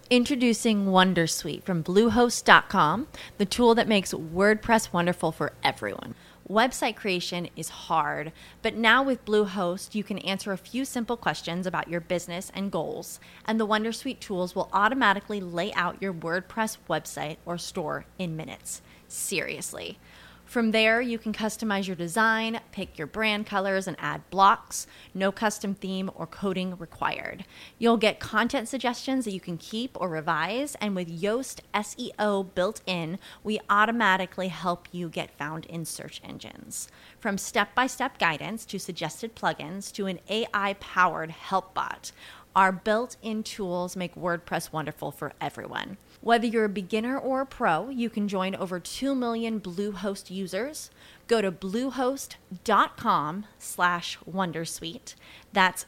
Introducing Wondersuite from Bluehost.com, the tool that makes WordPress wonderful for everyone. Website creation is hard, but now with Bluehost, you can answer a few simple questions about your business and goals, and the Wondersuite tools will automatically lay out your WordPress website or store in minutes. Seriously. From there, you can customize your design, pick your brand colors, and add blocks. No custom theme or coding required. You'll get content suggestions that you can keep or revise, and with Yoast SEO built in, we automatically help you get found in search engines. From step-by-step guidance to suggested plugins to an AI-powered help bot, our built-in tools make WordPress wonderful for everyone. Whether you're a beginner or a pro, you can join over 2 million Bluehost users. Go to bluehost.com/wondersuite. That's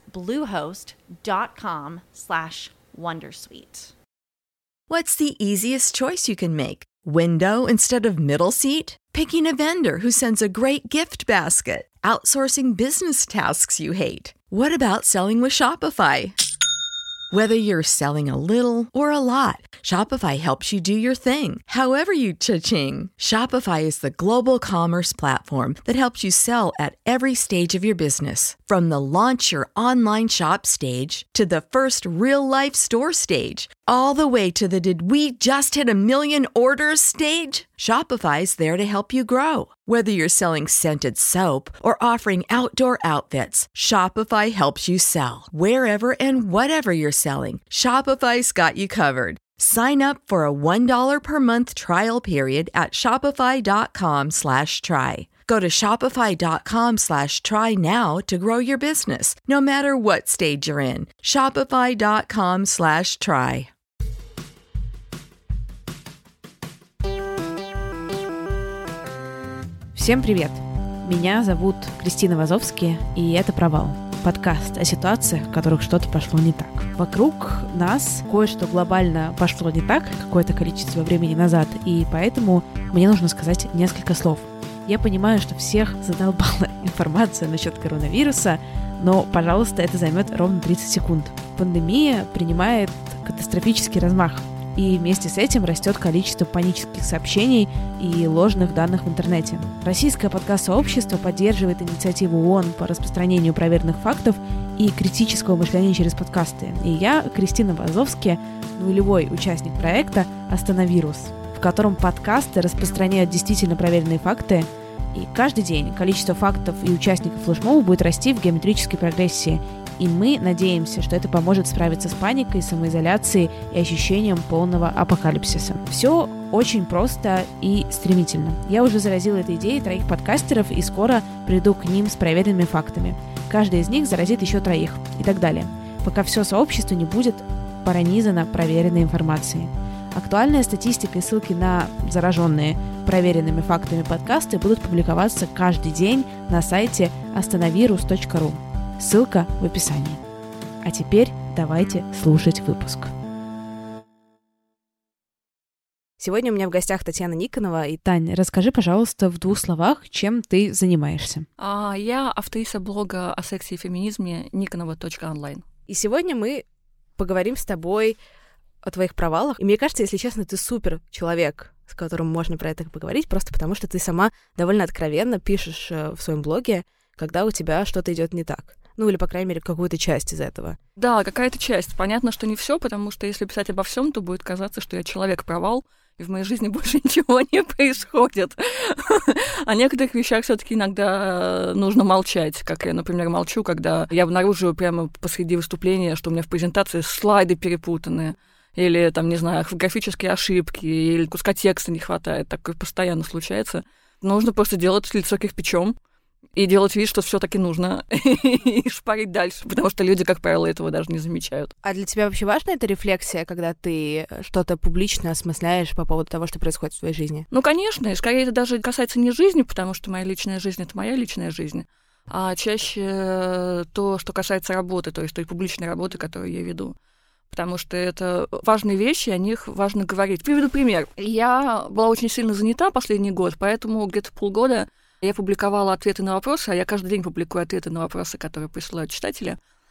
bluehost.com/wondersuite. What's the easiest choice you can make? Window instead of middle seat? Picking a vendor who sends a great gift basket? Outsourcing business tasks you hate? What about selling with Shopify? Whether you're selling a little or a lot, Shopify helps you do your thing, however you cha-ching. Shopify is the global commerce platform that helps you sell at every stage of your business. From the launch your online shop stage to the first real-life store stage, all the way to the did we just hit a million orders stage? Shopify's there to help you grow. Whether you're selling scented soap or offering outdoor outfits, Shopify helps you sell. Wherever and whatever you're selling, Shopify's got you covered. Sign up for a $1 per month trial period at shopify.com/try. Go to shopify.com/try now to grow your business, no matter what stage you're in. Shopify.com/try. Всем привет! Меня зовут Кристина Вазовски, и это «Провал» — подкаст о ситуациях, в которых что-то пошло не так. Вокруг нас кое-что глобально пошло не так какое-то количество времени назад, и поэтому мне нужно сказать несколько слов. Я понимаю, что всех задолбала информация насчет коронавируса, но, пожалуйста, это займет ровно 30 секунд. Пандемия принимает катастрофический размах, и вместе с этим растет количество панических сообщений и ложных данных в интернете. Российское подкаст-сообщество поддерживает инициативу ООН по распространению проверенных фактов и критического мышления через подкасты. И я, Кристина Вазовски, нулевой участник проекта «Остановирус», в котором подкасты распространяют действительно проверенные факты, и каждый день количество фактов и участников флешмоба будет расти в геометрической прогрессии. И мы надеемся, что это поможет справиться с паникой, самоизоляцией и ощущением полного апокалипсиса. Все очень просто и стремительно. Я уже заразила этой идеей 3 подкастеров и скоро приду к ним с проверенными фактами. Каждый из них заразит еще 3 и так далее, пока все сообщество не будет пронизано проверенной информацией. Актуальная статистика и ссылки на зараженные проверенными фактами подкасты будут публиковаться каждый день на сайте остановирус.ру. Ссылка в описании. А теперь давайте слушать выпуск. Сегодня у меня в гостях Татьяна Никонова. И, Тань, расскажи, пожалуйста, в 2 словах, чем ты занимаешься. Я авториса блога о сексе и феминизме nikonova.online. И сегодня мы поговорим с тобой о твоих провалах. И мне кажется, если честно, ты супер человек, с которым можно про это поговорить, просто потому что ты сама довольно откровенно пишешь в своем блоге, когда у тебя что-то идет не так. Ну, или, по крайней мере, какую-то часть из этого. Да, какая-то часть. Понятно, что не все, потому что если писать обо всем, то будет казаться, что я человек-провал, и в моей жизни больше ничего не происходит. О некоторых вещах все-таки иногда нужно молчать, как я, например, молчу, когда я обнаруживаю прямо посреди выступления, что у меня в презентации слайды перепутаны, или, там, не знаю, орфографические ошибки, или куска текста не хватает. Такое постоянно случается. Нужно просто делать лицо кирпичом и делать вид, что все-таки нужно, и шпарить дальше, потому что люди, как правило, этого даже не замечают. А для тебя вообще важна эта рефлексия, когда ты что-то публично осмысляешь по поводу того, что происходит в твоей жизни? Ну, конечно, и скорее это даже касается не жизни, потому что моя личная жизнь — это моя личная жизнь, а чаще то, что касается работы, то есть той публичной работы, которую я веду. Потому что это важные вещи, о них важно говорить. Приведу пример. Я была очень сильно занята последний год, поэтому где-то полгода я публиковала ответы на вопросы, а я каждый день публикую ответы на вопросы, которые присылают читатели.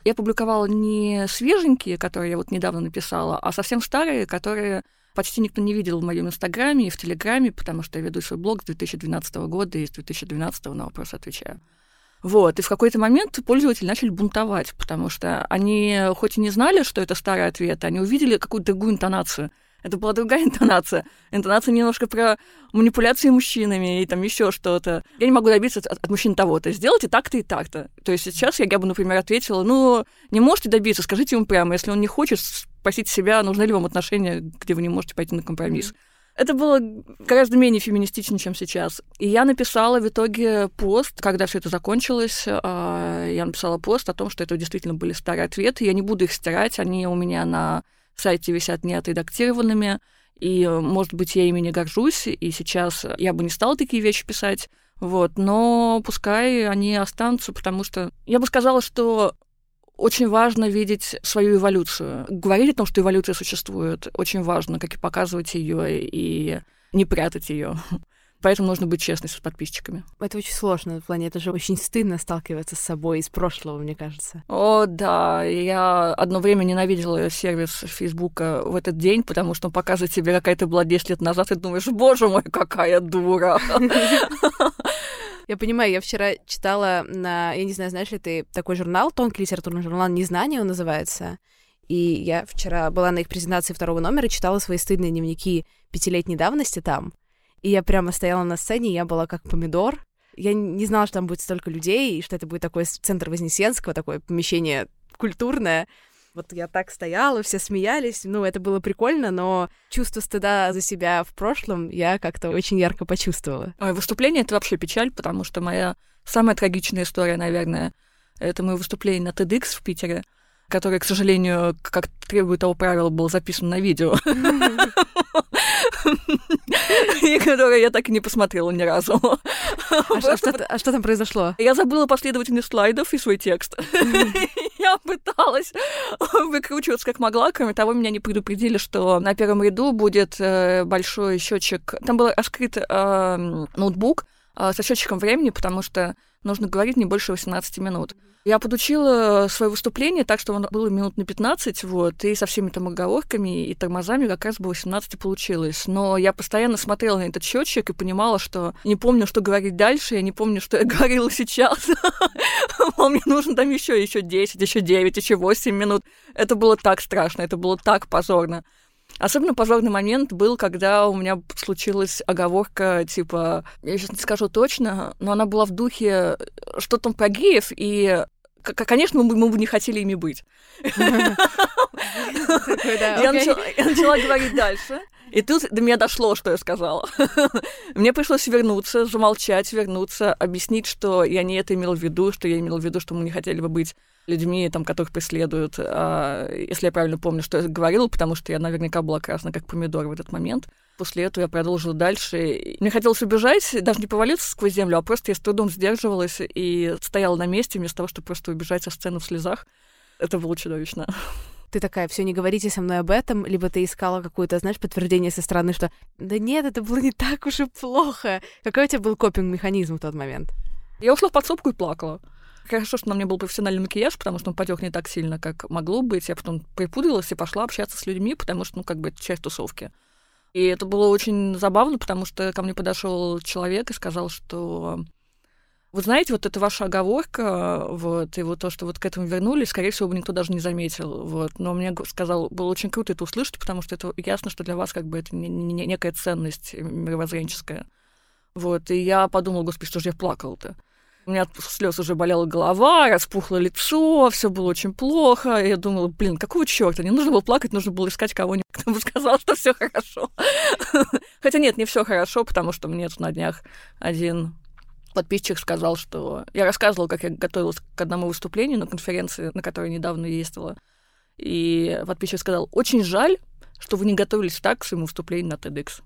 Я публиковала не свеженькие, которые я вот недавно написала, а совсем старые, которые почти никто не видел в моем Инстаграме и в Телеграме, потому что я веду свой блог с 2012 года и с 2012 на вопросы отвечаю. Вот, и в какой-то момент пользователи начали бунтовать, потому что они хоть и не знали, что это старый ответ, они увидели какую-то другую интонацию. Это была другая интонация. Интонация немножко про манипуляции мужчинами и там еще что-то. Я не могу добиться от мужчин того-то. Сделайте так-то и так-то. То есть сейчас я бы, например, ответила, не можете добиться, скажите ему прямо. Если он не хочет, спросите себя, нужны ли вам отношения, где вы не можете пойти на компромисс. Это было гораздо менее феминистично, чем сейчас. И я написала в итоге пост, когда все это закончилось, я написала пост о том, что это действительно были старые ответы. Я не буду их стирать, они у меня на сайте висят неотредактированными, и, может быть, я ими не горжусь, и сейчас я бы не стала такие вещи писать, вот, но пускай они останутся, потому что я бы сказала, что очень важно видеть свою эволюцию. Говорить о том, что эволюция существует, очень важно, как и показывать ее и не прятать ее. Поэтому нужно быть честной с подписчиками. Это очень сложно. В плане, это же очень стыдно сталкиваться с собой из прошлого, мне кажется. О, да. Я одно время ненавидела сервис Фейсбука в этот день, потому что он показывает тебе, какая ты была 10 лет назад, и думаешь, боже мой, какая дура. Я понимаю, я вчера читала я не знаю, знаешь ли ты такой журнал, тонкий литературный журнал «Незнание» он называется. И я вчера была на их презентации 2-го номера, читала свои стыдные дневники 5-летней давности там. И я прямо стояла на сцене, я была как помидор. Я не знала, что там будет столько людей, и что это будет такой центр Вознесенского, такое помещение культурное. Вот я так стояла, все смеялись. Это было прикольно, но чувство стыда за себя в прошлом я как-то очень ярко почувствовала. Выступление — это вообще печаль, потому что моя самая трагичная история, наверное, это мое выступление на TEDx в Питере, которое, к сожалению, как требует того правила, было записано на видео. И которое я так и не посмотрела ни разу. А что там произошло? Я забыла последовательность слайдов и свой текст. Я пыталась выкручиваться как могла. Кроме того, меня не предупредили, что на первом ряду будет большой счетчик. Там был раскрыт ноутбук со счетчиком времени, потому что нужно говорить не больше 18 минут. Я подучила свое выступление так, что оно было минут на 15, и со всеми там оговорками и тормозами как раз бы 18 получилось. Но я постоянно смотрела на этот счетчик и понимала, что не помню, что говорить дальше, я не помню, что я говорила сейчас. Мне нужно там еще 10, еще 9, еще 8 минут. Это было так страшно, это было так позорно. Особенно позорный момент был, когда у меня случилась оговорка, типа, я сейчас не скажу точно, но она была в духе, что там про геев, и, конечно, мы бы не хотели ими быть. Я начала говорить дальше. И тут до меня дошло, что я сказала. Мне пришлось вернуться, замолчать, объяснить, что я не это имела в виду, что я имела в виду, что мы не хотели бы быть людьми, которых преследуют. Если я правильно помню, что я говорила, потому что я наверняка была красна, как помидор в этот момент. После этого я продолжила дальше. Мне хотелось убежать, даже не повалиться сквозь землю, а просто я с трудом сдерживалась и стояла на месте вместо того, чтобы просто убежать со сцены в слезах. Это было чудовищно. Ты такая, все, не говорите со мной об этом, либо ты искала какое-то, знаешь, подтверждение со стороны, что да нет, это было не так уж и плохо. Какой у тебя был копинг-механизм в тот момент? Я ушла в подсобку и плакала. Хорошо, что на мне был профессиональный макияж, потому что он потек не так сильно, как могло быть. Я потом припудрилась и пошла общаться с людьми, потому что, это часть тусовки. И это было очень забавно, потому что ко мне подошел человек и сказал, что вы знаете, это ваша оговорка, и то, что к этому вернулись, скорее всего, бы никто даже не заметил, Но мне сказал, было очень круто это услышать, потому что это ясно, что для вас это не некая ценность мировоззренческая. И я подумала, господи, что же я плакала-то? У меня от слез уже болела голова, распухло лицо, все было очень плохо. И я думала, какого чёрта? Не нужно было плакать, нужно было искать кого-нибудь, кто бы сказал, что все хорошо. Хотя нет, не все хорошо, потому что мне на днях один подписчик сказал, что... Я рассказывала, как я готовилась к одному выступлению на конференции, на которой недавно ездила. И подписчик сказал, очень жаль, что вы не готовились так к своему выступлению на TEDx.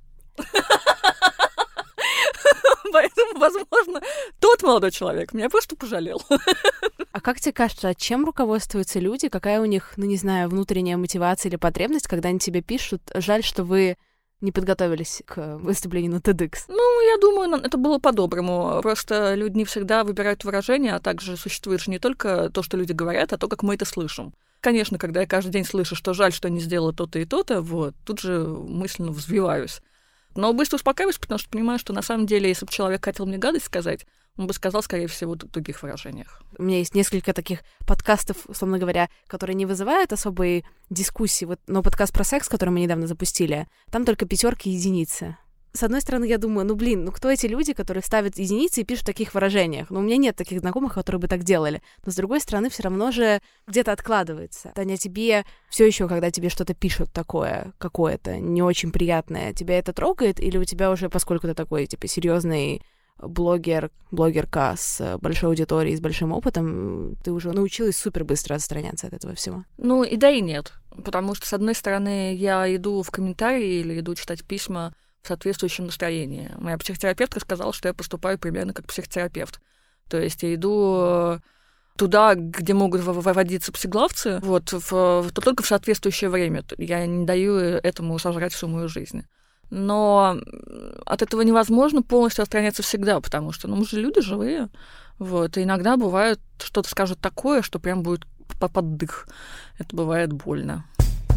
Поэтому, возможно, тот молодой человек меня просто пожалел. А как тебе кажется, чем руководствуются люди? Какая у них, внутренняя мотивация или потребность, когда они тебе пишут, жаль, что вы не подготовились к выступлению на TEDx? Ну, я думаю, это было по-доброму. Просто люди не всегда выбирают выражения, а также существует же не только то, что люди говорят, а то, как мы это слышим. Конечно, когда я каждый день слышу, что жаль, что не сделала то-то и то-то, вот, тут же мысленно взвиваюсь. Но быстро успокаиваюсь, потому что понимаю, что на самом деле, если бы человек хотел мне гадость сказать, он бы сказал, скорее всего, в других выражениях. У меня есть несколько таких подкастов, условно говоря, которые не вызывают особой дискуссии. Вот, но подкаст про секс, который мы недавно запустили, там только 5 и единицы. С одной стороны, я думаю, кто эти люди, которые ставят единицы и пишут в таких выражениях? У меня нет таких знакомых, которые бы так делали. Но с другой стороны, все равно же где-то откладывается. Таня, тебе все еще, когда тебе что-то пишут такое, какое-то не очень приятное, тебя это трогает? Или у тебя уже, поскольку ты такой, серьезный блогерка с большой аудиторией, с большим опытом, ты уже научилась супер быстро отстраняться от этого всего? И да, и нет. Потому что, с одной стороны, я иду в комментарии или иду читать письма в соответствующем настроении. Моя психотерапевтка сказала, что я поступаю примерно как психотерапевт. То есть я иду туда, где могут выводиться псиглавцы, только в соответствующее время. Я не даю этому сожрать всю мою жизнь. Но от этого невозможно полностью отстраняться всегда, потому что мы же люди живые. И иногда бывает, что-то скажут такое, что прям будет под дых. Это бывает больно.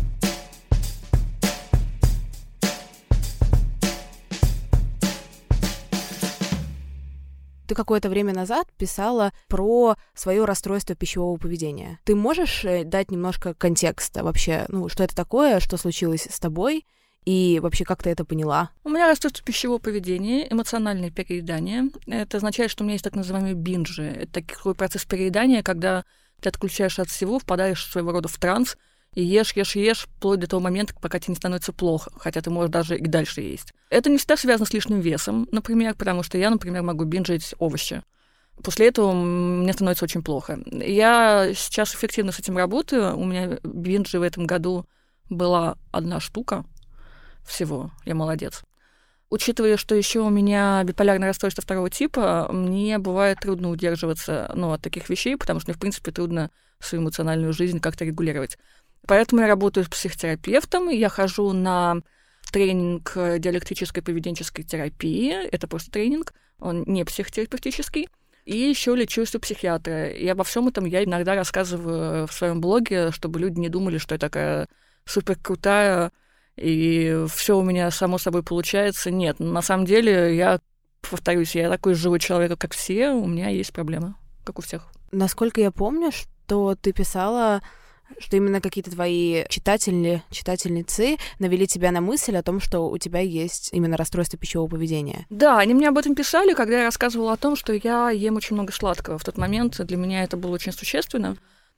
Ты какое-то время назад писала про свое расстройство пищевого поведения. Ты можешь дать немножко контекста вообще, что это такое, что случилось с тобой, и вообще как ты это поняла? У меня расстройство пищевого поведения, эмоциональное переедание. Это означает, что у меня есть так называемые бинджи. Это такой процесс переедания, когда ты отключаешься от всего, впадаешь своего рода в транс, и ешь, вплоть до того момента, пока тебе не становится плохо, хотя ты можешь даже и дальше есть. Это не всегда связано с лишним весом, например, потому что я, например, могу бинжить овощи. После этого мне становится очень плохо. Я сейчас эффективно с этим работаю. У меня бинжи в этом году была 1 штука всего. Я молодец. Учитывая, что еще у меня биполярное расстройство 2 типа, мне бывает трудно удерживаться от таких вещей, потому что мне, в принципе, трудно свою эмоциональную жизнь как-то регулировать. Поэтому я работаю с психотерапевтом, я хожу на тренинг диалектической поведенческой терапии. Это просто тренинг, он не психотерапевтический. И еще лечусь у психиатра. И обо всем этом я иногда рассказываю в своем блоге, чтобы люди не думали, что я такая супер крутая, и все у меня само собой получается. Нет, на самом деле, я повторюсь, я такой живой человек, как все, у меня есть проблемы, как у всех. Насколько я помню, что ты писала, что именно какие-то твои читательницы навели тебя на мысль о том, что у тебя есть именно расстройство пищевого поведения. Да, они мне об этом писали, когда я рассказывала о том, что я ем очень много сладкого. В тот момент для меня это было очень существенно.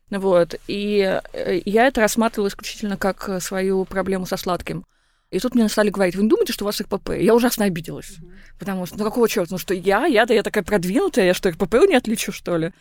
И я это рассматривала исключительно как свою проблему со сладким. И тут мне стали говорить: вы не думаете, что у вас РПП? Я ужасно обиделась. Потому что, какого чёрта? Что я такая продвинутая, я что, РПП не отличу, что ли?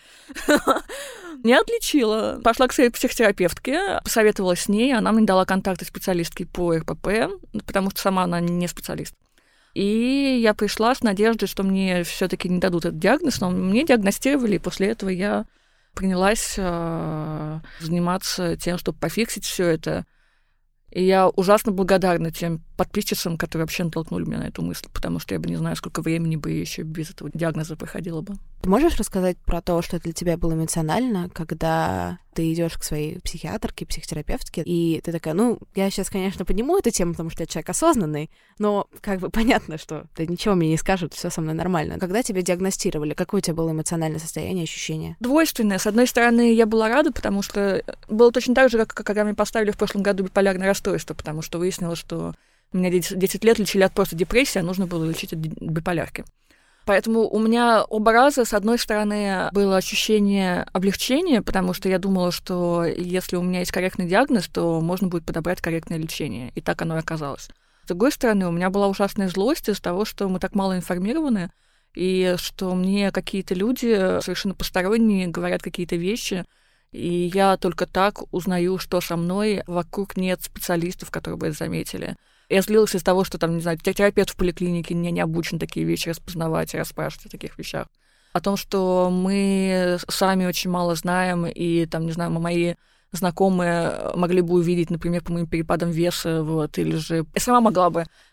Не отличила. Пошла к своей психотерапевтке, посоветовалась с ней, она мне дала контакты специалистки по РПП, потому что сама она не специалист. И я пришла с надеждой, что мне все-таки не дадут этот диагноз, но мне диагностировали, и после этого я принялась заниматься тем, чтобы пофиксить все это. И я ужасно благодарна тем подписчицам, которые вообще натолкнули меня на эту мысль, потому что я бы не знаю, сколько времени бы еще без этого диагноза проходило бы. Ты можешь рассказать про то, что для тебя было эмоционально, когда ты идешь к своей психиатрке, психотерапевтке, и ты такая: я сейчас, конечно, подниму эту тему, потому что я человек осознанный, но понятно, что ты ничего мне не скажут, все со мной нормально. Когда тебя диагностировали, какое у тебя было эмоциональное состояние, ощущение? Двойственное. С одной стороны, я была рада, потому что было точно так же, как когда мне поставили в прошлом году биполярное расстройство, потому что выяснилось, что меня 10 лет лечили от просто депрессии, а нужно было лечить от биполярки. Поэтому у меня оба раза, с одной стороны, было ощущение облегчения, потому что я думала, что если у меня есть корректный диагноз, то можно будет подобрать корректное лечение. И так оно и оказалось. С другой стороны, у меня была ужасная злость из-за того, что мы так мало информированы, и что мне какие-то люди совершенно посторонние говорят какие-то вещи, и я только так узнаю, что со мной вокруг нет специалистов, которые бы это заметили. Я злилась из-за того, что терапевт в поликлинике не обучен такие вещи распознавать и расспрашивать о таких вещах. О том, что мы сами очень мало знаем, и мои знакомые могли бы увидеть, например, по моим перепадам веса, или же я сама могла бы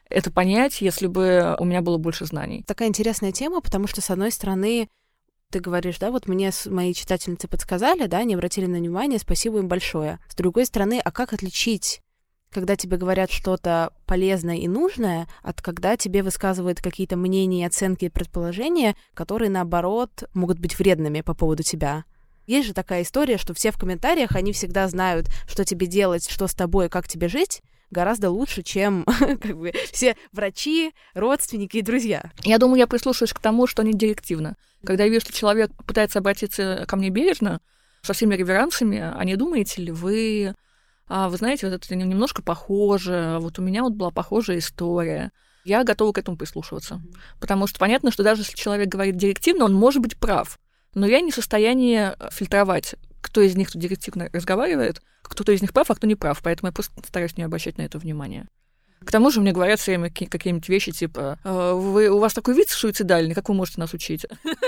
это понять, если бы у меня было больше знаний. Такая интересная тема, потому что, с одной стороны, ты говоришь, да, вот мне мои читательницы подсказали, да, не обратили на внимание, спасибо им большое. С другой стороны, а как отличить, когда тебе говорят что-то полезное и нужное, от когда тебе высказывают какие-то мнения, оценки, предположения, которые, наоборот, могут быть вредными по поводу тебя? Есть же такая история, что все в комментариях, они всегда знают, что тебе делать, что с тобой, как тебе жить, гораздо лучше, чем как бы все врачи, родственники и друзья. Я думаю, я прислушиваюсь к тому, что они директивно. Когда я вижу, что человек пытается обратиться ко мне бережно, со всеми реверансами, а не думаете ли вы знаете, вот это немножко похоже, вот у меня вот была похожая история. Я готова к этому прислушиваться. Потому что понятно, что даже если человек говорит директивно, он может быть прав. Но я не в состоянии фильтровать, кто из них тут директивно разговаривает, кто-то из них прав, а кто не прав. Поэтому я просто стараюсь не обращать на это внимание. К тому же мне говорят все время какие-нибудь вещи, типа, у вас такой вид суицидальный, как вы можете нас учить?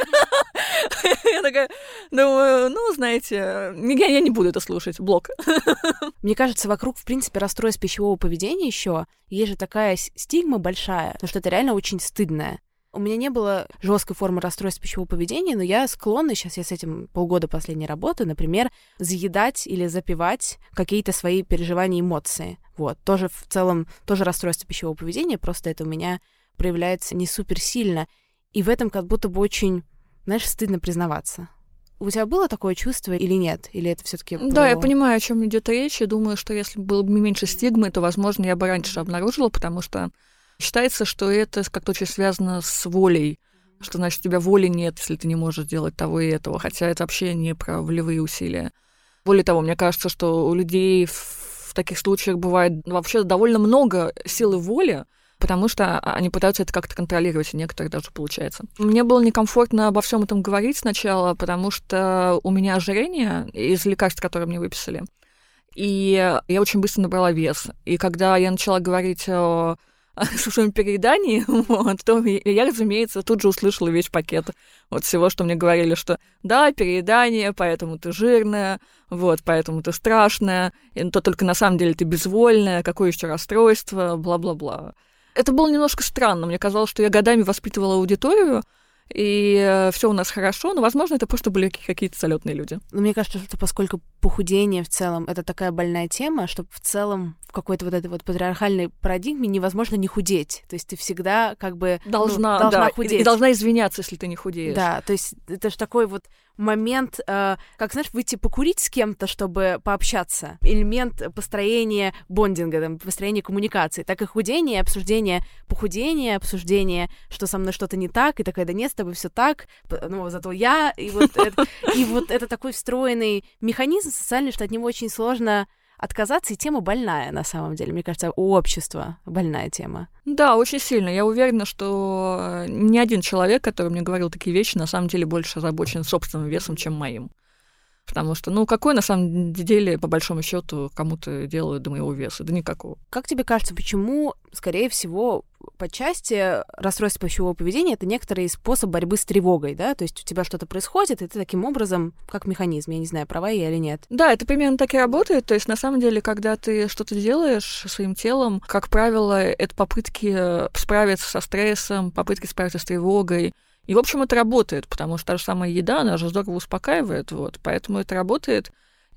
Я такая думаю, знаете, я не буду это слушать, блок. Мне кажется, вокруг, в принципе, расстройств пищевого поведения еще есть же такая стигма большая, потому что это реально очень стыдное. У меня не было жесткой формы расстройства пищевого поведения, но я склонна, сейчас я с этим полгода последней работы, например, заедать или запивать какие-то свои переживания, эмоции. Вот. Тоже в целом, тоже расстройство пищевого поведения, просто это у меня проявляется не супер сильно. И в этом как будто бы очень, знаешь, стыдно признаваться. У тебя было такое чувство или нет? Или это все-таки Да, я понимаю, о чем идет речь, и думаю, что если бы было бы меньше стигмы, то, возможно, я бы раньше обнаружила, потому что считается, что это как-то очень связано с волей, что, значит, у тебя воли нет, если ты не можешь делать того и этого, хотя это вообще не про волевые усилия. Более того, мне кажется, что у людей в таких случаях бывает вообще довольно много силы воли, потому что они пытаются это как-то контролировать, и некоторых даже получается. Мне было некомфортно обо всем этом говорить сначала, потому что у меня ожирение из лекарств, которые мне выписали, и я очень быстро набрала вес. И когда я начала говорить о своем переедании, то я, разумеется, тут же услышала весь пакет вот всего, что мне говорили, что да, переедание, поэтому ты жирная, вот, поэтому ты страшная, и то только на самом деле ты безвольная, какое еще расстройство, бла-бла-бла. Это было немножко странно. Мне казалось, что я годами воспитывала аудиторию, и все у нас хорошо, но, возможно, это просто были какие-то залетные люди. Но мне кажется, что поскольку похудение в целом это такая больная тема, что в целом в какой-то вот этой вот патриархальной парадигме невозможно не худеть. То есть ты всегда как бы должна худеть. И должна извиняться, если ты не худеешь. Да, то есть это же такой вот момент, как, знаешь, выйти покурить с кем-то, чтобы пообщаться. Элемент построения бондинга, там, построения коммуникации. Так и худение, обсуждение похудения, обсуждение, что со мной что-то не так, и такая, да нет, с тобой все так, но зато я. И вот это такой встроенный механизм социальный, что от него очень сложно отказаться, и тема больная, на самом деле. Мне кажется, у общества больная тема. Да, очень сильно. Я уверена, что ни один человек, который мне говорил такие вещи, на самом деле больше озабочен собственным весом, чем моим. Потому что, какой на самом деле, по большому счету, кому-то делают до моего веса? Да никакого. Как тебе кажется, почему, скорее всего, по части расстройства пищевого поведения это некоторый способ борьбы с тревогой, да? То есть у тебя что-то происходит, и ты таким образом, как механизм, я не знаю, права я или нет. Да, это примерно так и работает. То есть, на самом деле, когда ты что-то делаешь своим телом, как правило, это попытки справиться со стрессом, попытки справиться с тревогой. И, в общем, это работает, потому что та же самая еда, она же здорово успокаивает, вот, поэтому это работает,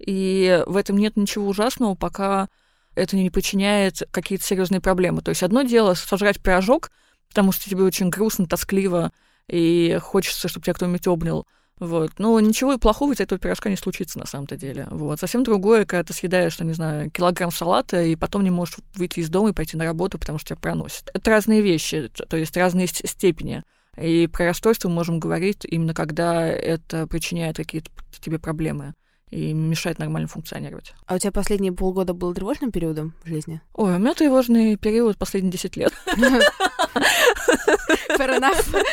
и в этом нет ничего ужасного, пока это не причиняет какие-то серьезные проблемы. То есть одно дело сожрать пирожок, потому что тебе очень грустно, тоскливо, и хочется, чтобы тебя кто-нибудь обнял, вот, но ничего плохого из этого пирожка не случится на самом-то деле, вот. Совсем другое, когда ты съедаешь, не знаю, килограмм салата, и потом не можешь выйти из дома и пойти на работу, потому что тебя проносит. Это разные вещи, то есть разные степени. И про расстройство мы можем говорить именно когда это причиняет какие-то тебе проблемы и мешает нормально функционировать. А у тебя последние полгода был тревожным периодом в жизни? Ой, у меня тревожный период последние 10 лет. Fair enough.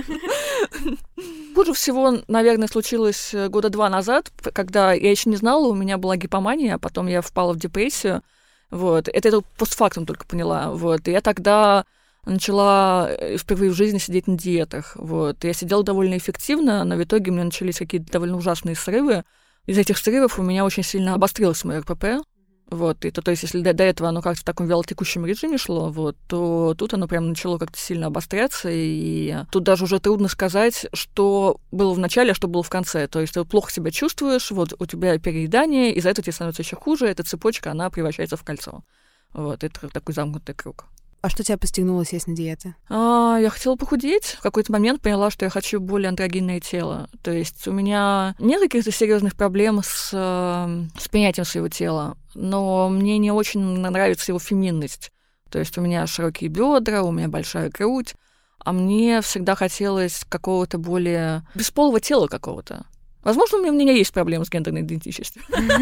Хуже всего, наверное, случилось 2 года назад, когда я еще не знала, у меня была гипомания, а потом я впала в депрессию. Вот. Это я постфактум только поняла. Вот. И я тогда начала впервые в жизни сидеть на диетах. Вот. Я сидела довольно эффективно, но в итоге у меня начались какие-то довольно ужасные срывы. Из этих срывов у меня очень сильно обострилось мое РПП. Вот, и то есть, если до этого оно как-то в таком вялотекущем режиме шло, вот, то тут оно прям начало как-то сильно обостряться, и тут даже уже трудно сказать, что было в начале, а что было в конце. То есть ты плохо себя чувствуешь, вот, у тебя переедание, из-за этого тебе становится еще хуже, эта цепочка, она превращается в кольцо. Вот, это такой замкнутый круг. А что тебя постигнуло сесть на диеты? Я хотела похудеть. В какой-то момент поняла, что я хочу более андрогинное тело. То есть у меня нет каких-то серьезных проблем с принятием своего тела, но мне не очень нравится его феминность. То есть у меня широкие бедра, у меня большая грудь, а мне всегда хотелось какого-то более бесполого тела какого-то. Возможно, у меня есть проблемы с гендерной идентичностью.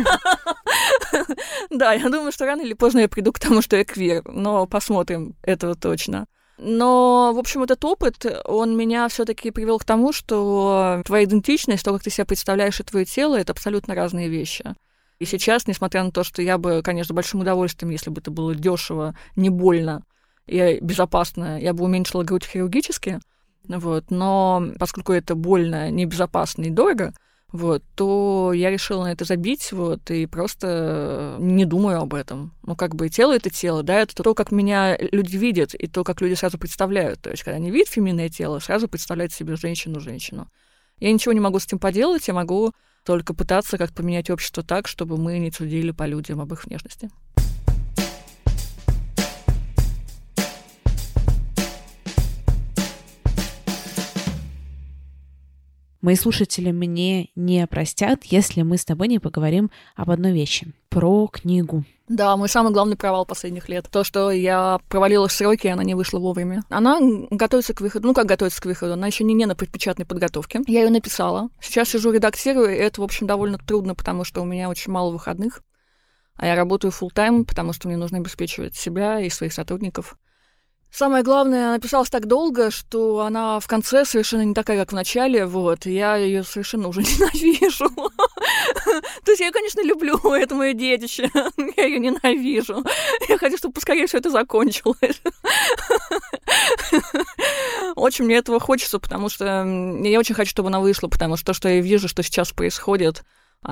Да, я думаю, что рано или поздно я приду к тому, что я квир, но посмотрим, этого точно. Но, в общем, этот опыт, он меня все-таки привел к тому, что твоя идентичность, то, как ты себя представляешь, и твое тело — это абсолютно разные вещи. И сейчас, несмотря на то, что я бы, конечно, с большим удовольствием, если бы это было дешево, не больно и безопасно, я бы уменьшила грудь хирургически, вот, но поскольку это больно, небезопасно и дорого, вот, то я решила на это забить, вот, и просто не думаю об этом. Ну, как бы тело — это тело, да, это то, как меня люди видят, и то, как люди сразу представляют. То есть, когда они видят феминное тело, сразу представляют себе женщину. Я ничего не могу с этим поделать, я могу только пытаться как-то поменять общество так, чтобы мы не судили по людям об их внешности. Мои слушатели мне не простят, если мы с тобой не поговорим об одной вещи. Про книгу. Да, мой самый главный провал последних лет. То, что я провалилась в сроки, и она не вышла вовремя. Она готовится к выходу. Ну, как готовится к выходу? Она еще не на предпечатной подготовке. Я ее написала. Сейчас сижу, редактирую, и это, в общем, довольно трудно, потому что у меня очень мало выходных. А я работаю фулл-тайм, потому что мне нужно обеспечивать себя и своих сотрудников. Самое главное, она писалась так долго, что она в конце совершенно не такая, как в начале, вот, и я ее совершенно уже ненавижу. То есть я ее, конечно, люблю, это мое детище, я ее ненавижу. Я хочу, чтобы поскорее все это закончилось. Очень мне этого хочется, потому что я очень хочу, чтобы она вышла, потому что то, что я вижу, что сейчас происходит,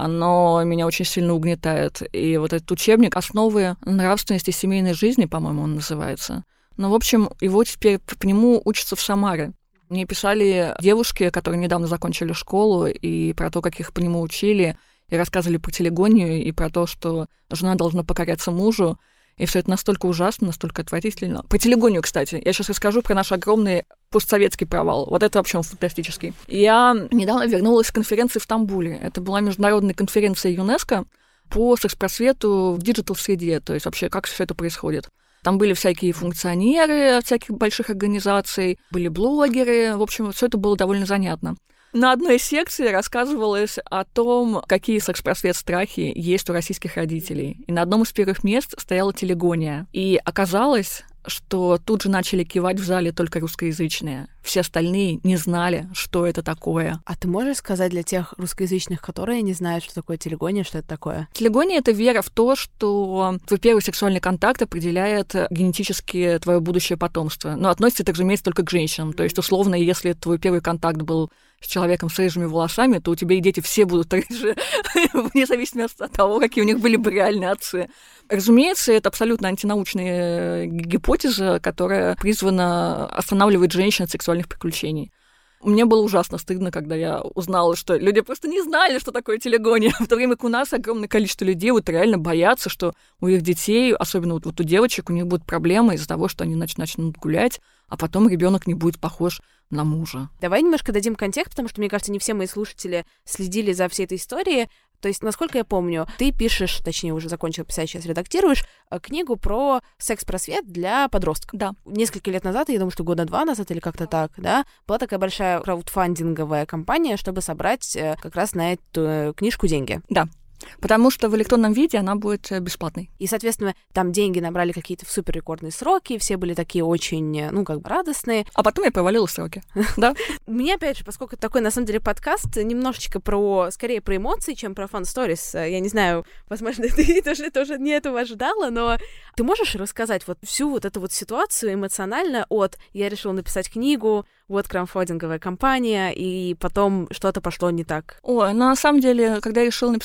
оно меня очень сильно угнетает. И вот этот учебник «Основы нравственности семейной жизни», по-моему, он называется. Ну, в общем, его теперь по нему учатся в Самаре. Мне писали девушки, которые недавно закончили школу, и про то, как их по нему учили, и рассказывали про телегонию, и про то, что жена должна покоряться мужу. И все это настолько ужасно, настолько отвратительно. Про телегонию, кстати, я сейчас расскажу про наш огромный постсоветский провал. Вот это вообще фантастический. Я недавно вернулась с конференции в Стамбуле. Это была международная конференция ЮНЕСКО по секс-просвету в диджитал-среде, то есть вообще как все это происходит. Там были всякие функционеры от всяких больших организаций, были блогеры. В общем, все это было довольно занятно. На одной из секций рассказывалось о том, какие секс-просвет страхи есть у российских родителей. И на одном из первых мест стояла телегония. И оказалось, что тут же начали кивать в зале только русскоязычные. Все остальные не знали, что это такое. А ты можешь сказать для тех русскоязычных, которые не знают, что такое телегония, что это такое? Телегония — это вера в то, что твой первый сексуальный контакт определяет генетически твое будущее потомство. Но относится это, разумеется, только к женщинам. То есть, условно, если твой первый контакт был с человеком с рыжими волосами, то у тебя и дети все будут рыжие, вне зависимости от того, какие у них были бы реальные отцы. Разумеется, это абсолютно антинаучная гипотеза, которая призвана останавливать женщин от сексуальных приключений. Мне было ужасно стыдно, когда я узнала, что люди просто не знали, что такое телегония. В то время как у нас огромное количество людей вот реально боятся, что у их детей, особенно вот у девочек, у них будут проблемы из-за того, что они начнут гулять, а потом ребенок не будет похож на мужа. Давай немножко дадим контекст, потому что, мне кажется, не все мои слушатели следили за всей этой историей. То есть, насколько я помню, ты пишешь, точнее, уже закончила писать, сейчас редактируешь, книгу про секс-просвет для подростков. Да. Несколько лет назад, я думаю, что года 2 назад или как-то так, да, была такая большая краудфандинговая кампания, чтобы собрать как раз на эту книжку деньги. Да. Потому что в электронном виде она будет бесплатной. И, соответственно, там деньги набрали какие-то в суперрекордные сроки, все были такие очень, радостные. А потом я провалила сроки, да? Мне, опять же, поскольку такой, на самом деле, подкаст, немножечко скорее про эмоции, чем про фан-сторис. Я не знаю, возможно, ты тоже не этого ожидала, но ты можешь рассказать вот всю вот эту вот ситуацию эмоционально от «я решила написать книгу», вот краудфандинговая кампания, и потом что-то пошло не так? На самом деле, когда я решила написать книгу,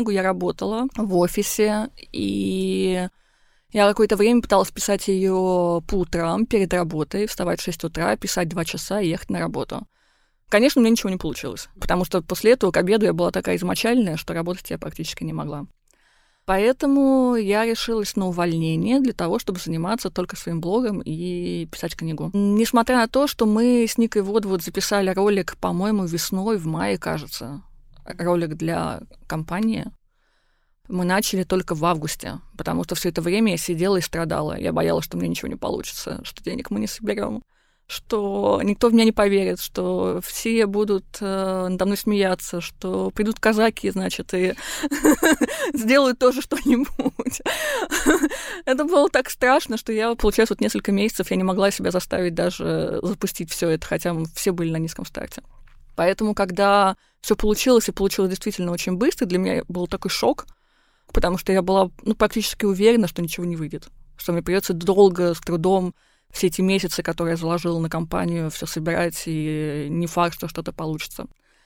книгу, я работала в офисе, и я какое-то время пыталась писать ее по утрам перед работой, вставать в 6 утра, писать 2 часа и ехать на работу. Конечно, у меня ничего не получилось, потому что после этого к обеду я была такая измочальная, что работать я практически не могла. Поэтому я решилась на увольнение для того, чтобы заниматься только своим блогом и писать книгу. Несмотря на то, что мы с Никой Водвуд записали ролик, по-моему, весной, в мае, кажется, ролик для компании, мы начали только в августе, потому что все это время я сидела и страдала. Я боялась, что у меня ничего не получится, что денег мы не соберем, что никто в меня не поверит, что все будут надо мной смеяться, что придут казаки, значит, и сделают тоже что-нибудь. Это было так страшно, что я, получается, вот несколько месяцев я не могла себя заставить даже запустить все это, хотя мы все были на низком старте. Поэтому, когда все получилось, и получилось действительно очень быстро, для меня был такой шок, потому что я была практически уверена, что ничего не выйдет, что мне придется долго, с трудом все эти месяцы, которые я заложила на компанию, все собирать, и не факт, что что-то получится.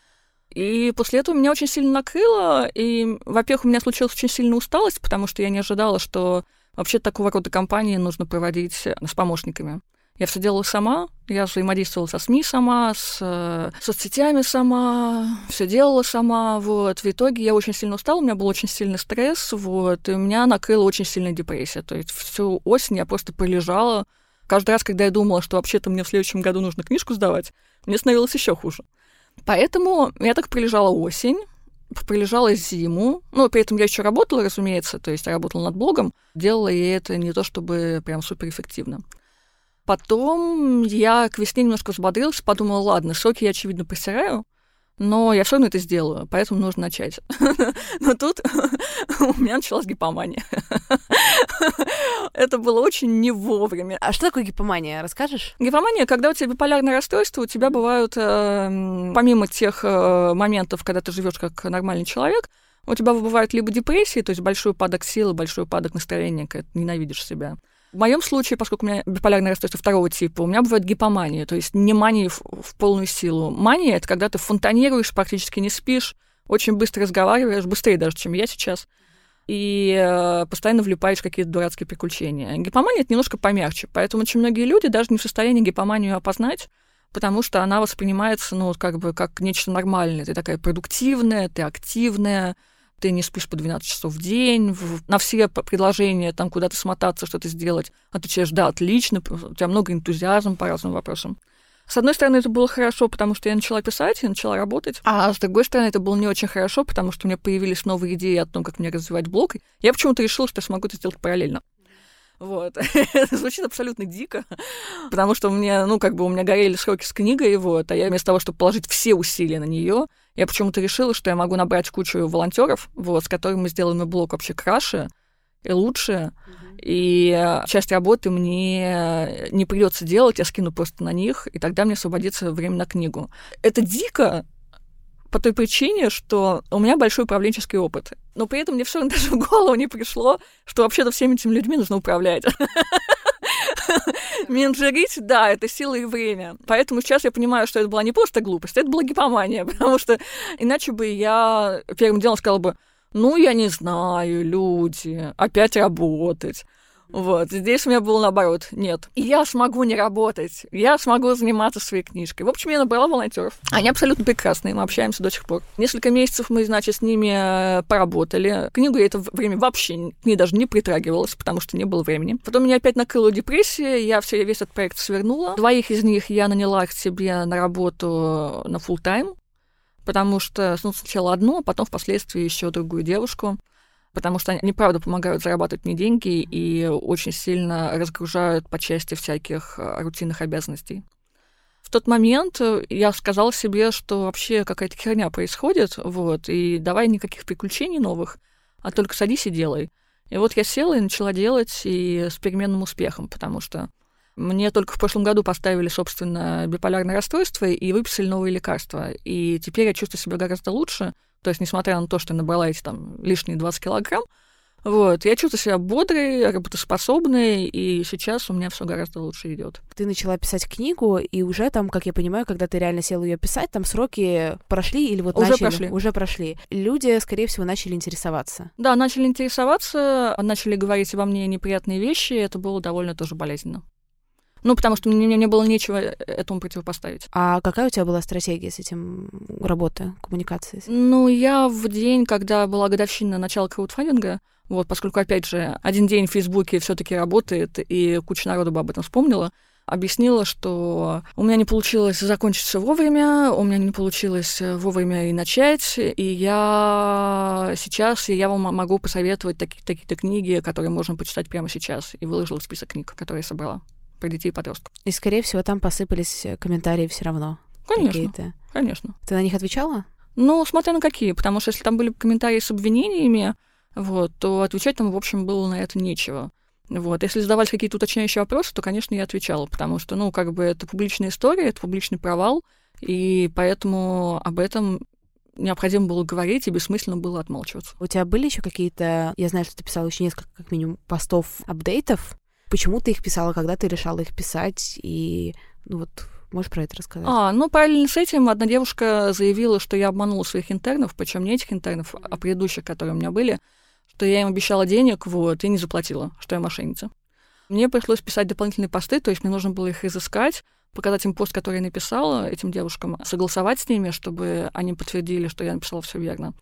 И после этого меня очень сильно накрыло, и, во-первых, у меня случилась очень сильная усталость, потому что я не ожидала, что вообще такого рода компании нужно проводить с помощниками. Я все делала сама, я взаимодействовала со СМИ сама, с соцсетями сама, все делала сама, вот. В итоге я очень сильно устала, у меня был очень сильный стресс, вот, и меня накрыла очень сильная депрессия. То есть всю осень я просто пролежала. Каждый раз, когда я думала, что вообще-то мне в следующем году нужно книжку сдавать, мне становилось еще хуже. Поэтому я так пролежала осень, пролежала зиму. При этом я еще работала, разумеется, то есть я работала над блогом, делала я это не то чтобы прям суперэффективно. Потом я к весне немножко взбодрилась, подумала, ладно, сроки я, очевидно, просираю, но я все равно это сделаю, поэтому нужно начать. Но тут у меня началась гипомания. Это было очень не вовремя. А что такое гипомания? Расскажешь? Гипомания, когда у тебя биполярное расстройство, у тебя бывают, помимо тех моментов, когда ты живешь как нормальный человек, у тебя бывают либо депрессии, то есть большой упадок силы, большой упадок настроения, когда ты ненавидишь себя. В моем случае, поскольку у меня биполярное расстройство второго типа, у меня бывает гипомания, то есть не мания в полную силу. Мания — это когда ты фонтанируешь, практически не спишь, очень быстро разговариваешь, быстрее даже, чем я сейчас, и постоянно влипаешь в какие-то дурацкие приключения. Гипомания — это немножко помягче, поэтому очень многие люди даже не в состоянии гипоманию опознать, потому что она воспринимается, как нечто нормальное. Ты такая продуктивная, ты активная, ты не спишь по 12 часов в день, на все предложения там куда-то смотаться, что-то сделать, отвечаешь, да, отлично, у тебя много энтузиазма по разным вопросам. С одной стороны, это было хорошо, потому что я начала писать, я начала работать, а с другой стороны, это было не очень хорошо, потому что у меня появились новые идеи о том, как мне развивать блог. Я почему-то решила, что я смогу это сделать параллельно. Вот. Это звучит абсолютно дико, потому что у меня горели сроки с книгой, а я вместо того, чтобы положить все усилия на нее, я почему-то решила, что я могу набрать кучу волонтеров, с которыми мы сделаем мой блог вообще краше и лучше, и часть работы мне не придется делать, я скину просто на них, и тогда мне освободится время на книгу. Это дико, по той причине, что у меня большой управленческий опыт. Но при этом мне все равно даже в голову не пришло, что вообще-то всеми этими людьми нужно управлять. Менеджерить, да, это сила и время. Поэтому сейчас я понимаю, что это была не просто глупость, это была гипомания, потому что иначе бы я первым делом сказала бы, я не знаю, люди, опять работать. Здесь у меня было наоборот. Нет. Я смогу не работать. Я смогу заниматься своей книжкой. В общем, я набрала волонтеров. Они абсолютно прекрасные. Мы общаемся до сих пор. Несколько месяцев мы, с ними поработали. Книгу я это время вообще к ней даже не притрагивалась, потому что не было времени. Потом меня опять накрыла депрессия. Я весь этот проект свернула. 2 из них я наняла к себе на работу на фулл-тайм, потому что сначала одну, а потом впоследствии еще другую девушку. Потому что они, правда, помогают зарабатывать мне деньги и очень сильно разгружают по части всяких рутинных обязанностей. В тот момент я сказала себе, что вообще какая-то херня происходит, и давай никаких приключений новых, а только садись и делай. И я села и начала делать, и с переменным успехом, потому что мне только в прошлом году поставили, собственно, биполярное расстройство и выписали новые лекарства. И теперь я чувствую себя гораздо лучше. То есть, несмотря на то, что я набрала эти лишние 20 килограмм, Вот. Я чувствую себя бодрой, работоспособной, и сейчас у меня все гораздо лучше идет. Ты начала писать книгу, и уже там, как я понимаю, когда ты реально села ее писать, там сроки прошли или вот начали? Уже прошли. Люди, скорее всего, начали интересоваться. Да, начали интересоваться, начали говорить обо мне неприятные вещи, это было довольно тоже болезненно. Потому что мне не было нечего этому противопоставить. А какая у тебя была стратегия с этим работы, коммуникации? Я в день, когда была годовщина начала краудфандинга, поскольку, опять же, один день в Фейсбуке все-таки работает, и куча народу бы об этом вспомнила, объяснила, что у меня не получилось закончить все вовремя, у меня не получилось вовремя и начать, и я вам могу посоветовать такие-то книги, которые можно почитать прямо сейчас, и выложила список книг, которые я собрала про детей и подростков. И, скорее всего, там посыпались комментарии все равно. Конечно, конечно. Ты на них отвечала? Смотря на какие, потому что если там были комментарии с обвинениями, то отвечать там, в общем, было на это нечего. Если задавались какие-то уточняющие вопросы, то, конечно, я отвечала, потому что, это публичная история, это публичный провал, и поэтому об этом необходимо было говорить, и бессмысленно было отмалчиваться. У тебя были еще какие-то, я знаю, что ты писала еще несколько, как минимум, постов, апдейтов. Почему ты их писала, когда ты решала их писать, и, можешь про это рассказать? Параллельно с этим одна девушка заявила, что я обманула своих интернов, причем не этих интернов, а предыдущих, которые у меня были, что я им обещала денег, и не заплатила, что я мошенница. Мне пришлось писать дополнительные посты, то есть мне нужно было их изыскать, показать им пост, который я написала этим девушкам, согласовать с ними, чтобы они подтвердили, что я написала все верно.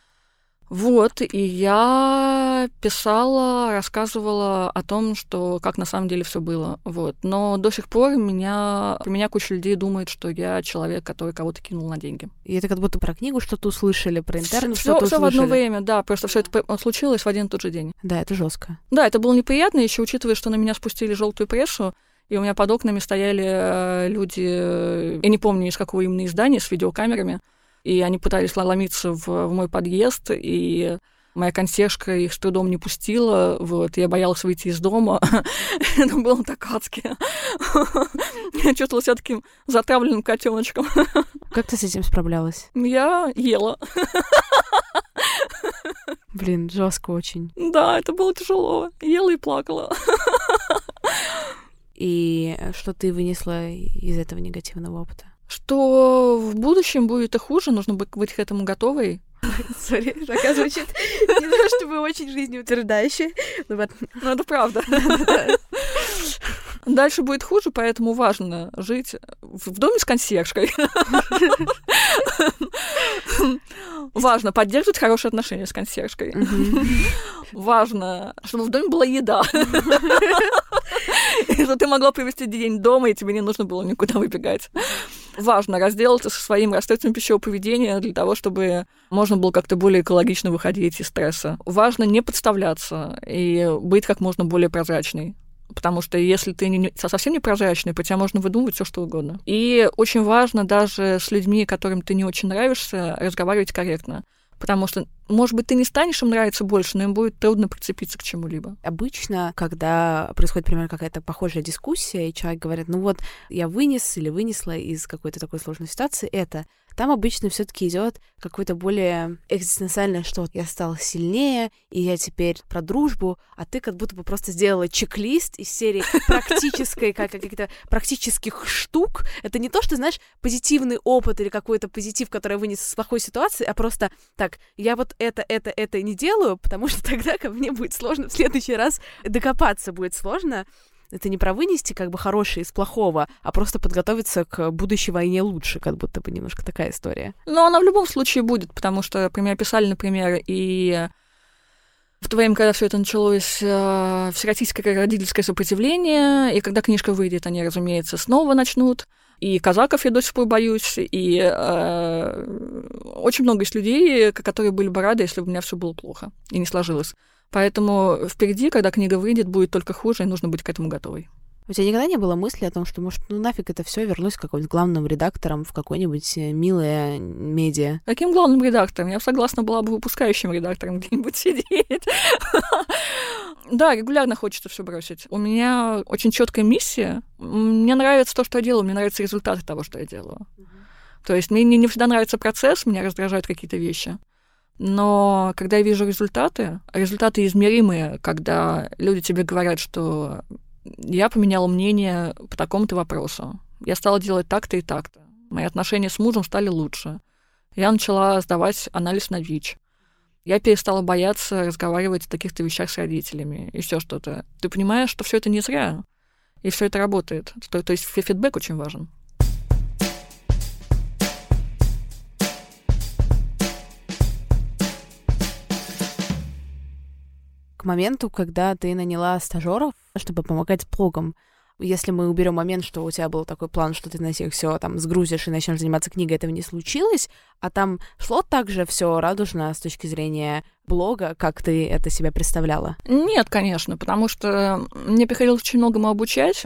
И я писала, рассказывала о том, как на самом деле все было. Но до сих пор про меня куча людей думает, что я человек, который кого-то кинул на деньги. И это как будто про книгу что-то услышали, про интернет что-то услышали. Все в одно время, да, просто все это случилось в один и тот же день. Да, это жестко. Да, это было неприятно, еще учитывая, что на меня спустили желтую прессу, и у меня под окнами стояли люди, я не помню, из какого именно издания, с видеокамерами, и они пытались ломиться в мой подъезд, и моя консьержка их с трудом не пустила, я боялась выйти из дома. Это было так адски. Я чувствовала себя таким затравленным котеночком. Как ты с этим справлялась? Я ела. Блин, жестко очень. Да, это было тяжело. Ела и плакала. И что ты вынесла из этого негативного опыта? Что в будущем будет и хуже, нужно быть к этому готовой. Сори, такая звучит не то чтобы очень жизнеутверждающе. Это правда. Дальше будет хуже, поэтому важно жить в доме с консьержкой. Важно поддерживать хорошие отношения с консьержкой. Важно, чтобы в доме была еда. И что ты могла провести день дома, и тебе не нужно было никуда выбегать. Важно разделаться со своим расстройством пищевого поведения для того, чтобы можно было как-то более экологично выходить из стресса. Важно не подставляться и быть как можно более прозрачной. Потому что если ты совсем не прозрачный, по тебе можно выдумывать все что угодно. И очень важно даже с людьми, которым ты не очень нравишься, разговаривать корректно. Потому что, может быть, ты не станешь им нравиться больше, но им будет трудно прицепиться к чему-либо. Обычно, когда происходит, примерно, какая-то похожая дискуссия, и человек говорит, я вынес или вынесла из какой-то такой сложной ситуации там обычно все-таки идет какое-то более экзистенциальное что-то. Я стала сильнее, и я теперь про дружбу, а ты как будто бы просто сделала чек-лист из серии каких-то практических штук. Это не то, что, знаешь, позитивный опыт или какой-то позитив, который я вынес из плохой ситуации, а просто так, я это не делаю, потому что тогда ко мне будет сложно в следующий раз докопаться будет сложно. Это не про вынести как бы хорошее из плохого, а просто подготовиться к будущей войне лучше, как будто бы немножко такая история. Но она в любом случае будет, потому что про меня писали, например, и в то время, когда все это началось, всероссийское родительское сопротивление, и когда книжка выйдет, они, разумеется, снова начнут. И казаков я до сих пор боюсь, и очень много есть людей, которые были бы рады, если бы у меня все было плохо и не сложилось. Поэтому впереди, когда книга выйдет, будет только хуже, и нужно быть к этому готовой. У тебя никогда не было мысли о том, что, может, нафиг это все, вернусь каким-нибудь главным редактором в какое-нибудь милое медиа? Каким главным редактором? Я согласна была бы выпускающим редактором где-нибудь сидеть. Да, регулярно хочется все бросить. У меня очень четкая миссия. Мне нравится то, что я делаю, мне нравятся результаты того, что я делаю. То есть мне не всегда нравится процесс, меня раздражают какие-то вещи. Но когда я вижу результаты измеримые, когда люди тебе говорят, что я поменяла мнение по такому-то вопросу, я стала делать так-то и так-то, мои отношения с мужем стали лучше, я начала сдавать анализ на ВИЧ, я перестала бояться разговаривать о таких-то вещах с родителями, еще что-то. Ты понимаешь, что все это не зря, и все это работает. То есть фидбэк очень важен. К моменту, когда ты наняла стажеров, чтобы помогать с блогом, если мы уберем момент, что у тебя был такой план, что ты на всех все там сгрузишь и начнешь заниматься книгой, этого не случилось, а там шло также все радужно с точки зрения блога, как ты это себе представляла? Нет, конечно, потому что мне приходилось очень многому обучать,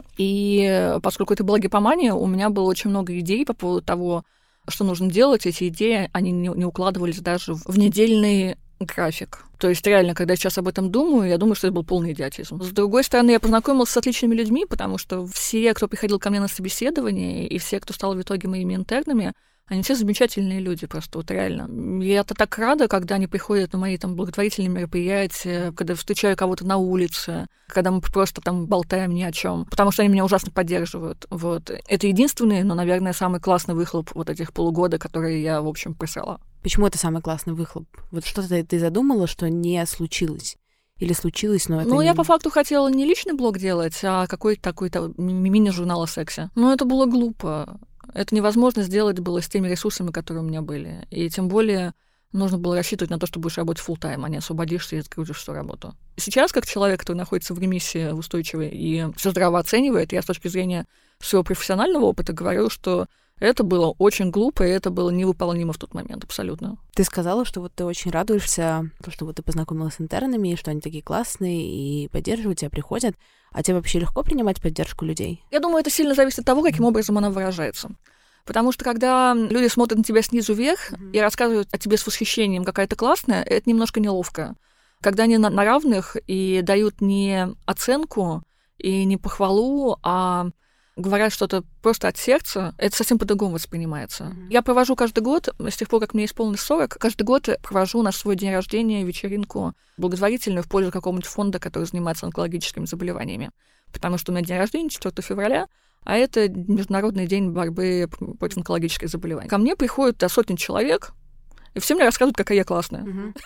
и поскольку это блогипомания, у меня было очень много идей по поводу того, что нужно делать. Эти идеи, они не укладывались даже в недельный график. То есть реально, когда я сейчас об этом думаю, я думаю, что это был полный идиотизм. С другой стороны, я познакомилась с отличными людьми, потому что все, кто приходил ко мне на собеседование, и все, кто стал в итоге моими интернами, они все замечательные люди, просто вот реально. Я-то так рада, когда они приходят на мои там благотворительные мероприятия, когда встречаю кого-то на улице, когда мы просто там болтаем ни о чем, потому что они меня ужасно поддерживают. Вот. Это единственный, но, наверное, самый классный выхлоп вот этих полугода, которые я, в общем, просрала. Почему это самый классный выхлоп? Вот что-то ты задумала, что не случилось? Или случилось, но это Ну, не... я по факту хотела не личный блог делать, а какой-то такой-то мини-журнал о сексе. Но это было глупо. Это невозможно сделать было с теми ресурсами, которые у меня были. И тем более нужно было рассчитывать на то, что будешь работать full-time, а не освободишься и загрузишь всю работу. Сейчас, как человек, который находится в ремиссии устойчивой и все здраво оценивает, я с точки зрения своего профессионального опыта говорю, что это было очень глупо, и это было невыполнимо в тот момент, абсолютно. Ты сказала, что вот ты очень радуешься, что вот ты познакомилась с интернами, что они такие классные и поддерживают тебя, приходят. А тебе вообще легко принимать поддержку людей? Я думаю, это сильно зависит от того, каким образом она выражается. Потому что когда люди смотрят на тебя снизу вверх и рассказывают о тебе с восхищением, какая ты классная, это немножко неловко. Когда они на равных и дают не оценку и не похвалу, а говорят что-то просто от сердца, это совсем по-другому воспринимается. Я провожу каждый год, с тех пор, как мне исполнилось 40, каждый год провожу на свой день рождения вечеринку благотворительную в пользу какого-нибудь фонда, который занимается онкологическими заболеваниями. Потому что у меня день рождения 4 февраля, а это Международный день борьбы против онкологических заболеваний. Ко мне приходят до сотни человек, и все мне рассказывают, какая я классная.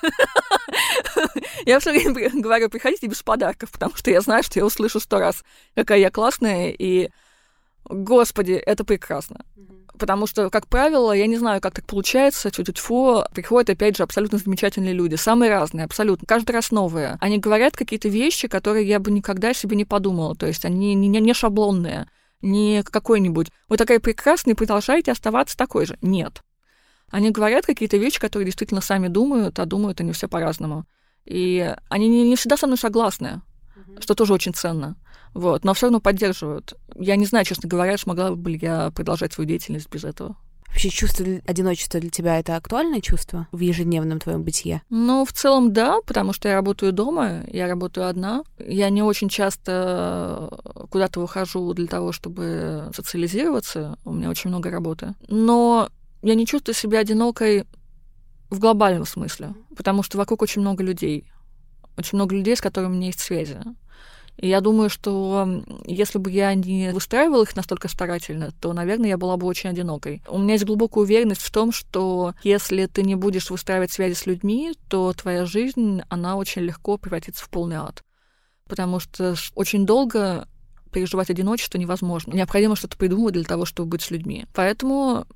Я все время говорю, приходите без подарков, потому что я знаю, что я услышу 100 раз, какая я классная, и Господи, это прекрасно. Потому что, как правило, я не знаю, как так получается, тьфу-тьфу, приходят, опять же, абсолютно замечательные люди, самые разные, абсолютно, каждый раз новые. Они говорят какие-то вещи, которые я бы никогда себе не подумала, то есть они не шаблонные, не какой-нибудь. Вы такая прекрасная, продолжаете оставаться такой же. Нет. Они говорят какие-то вещи, которые действительно сами думают, а думают они все по-разному. И они не всегда со мной согласны, что тоже очень ценно. Вот, но все равно поддерживают. Я не знаю, честно говоря, смогла бы ли я продолжать свою деятельность без этого. Вообще чувство одиночества для тебя — это актуальное чувство в ежедневном твоем бытие? Ну, в целом, да, потому что я работаю дома, я работаю одна. Я не очень часто куда-то выхожу для того, чтобы социализироваться. У меня очень много работы. Но я не чувствую себя одинокой в глобальном смысле, потому что вокруг очень много людей. Очень много людей, с которыми у меня есть связи. И я думаю, что если бы я не выстраивала их настолько старательно, то, наверное, я была бы очень одинокой. У меня есть глубокая уверенность в том, что если ты не будешь выстраивать связи с людьми, то твоя жизнь, она очень легко превратится в полный ад. Потому что очень долго переживать одиночество невозможно. Необходимо что-то придумать для того, чтобы быть с людьми. Поэтому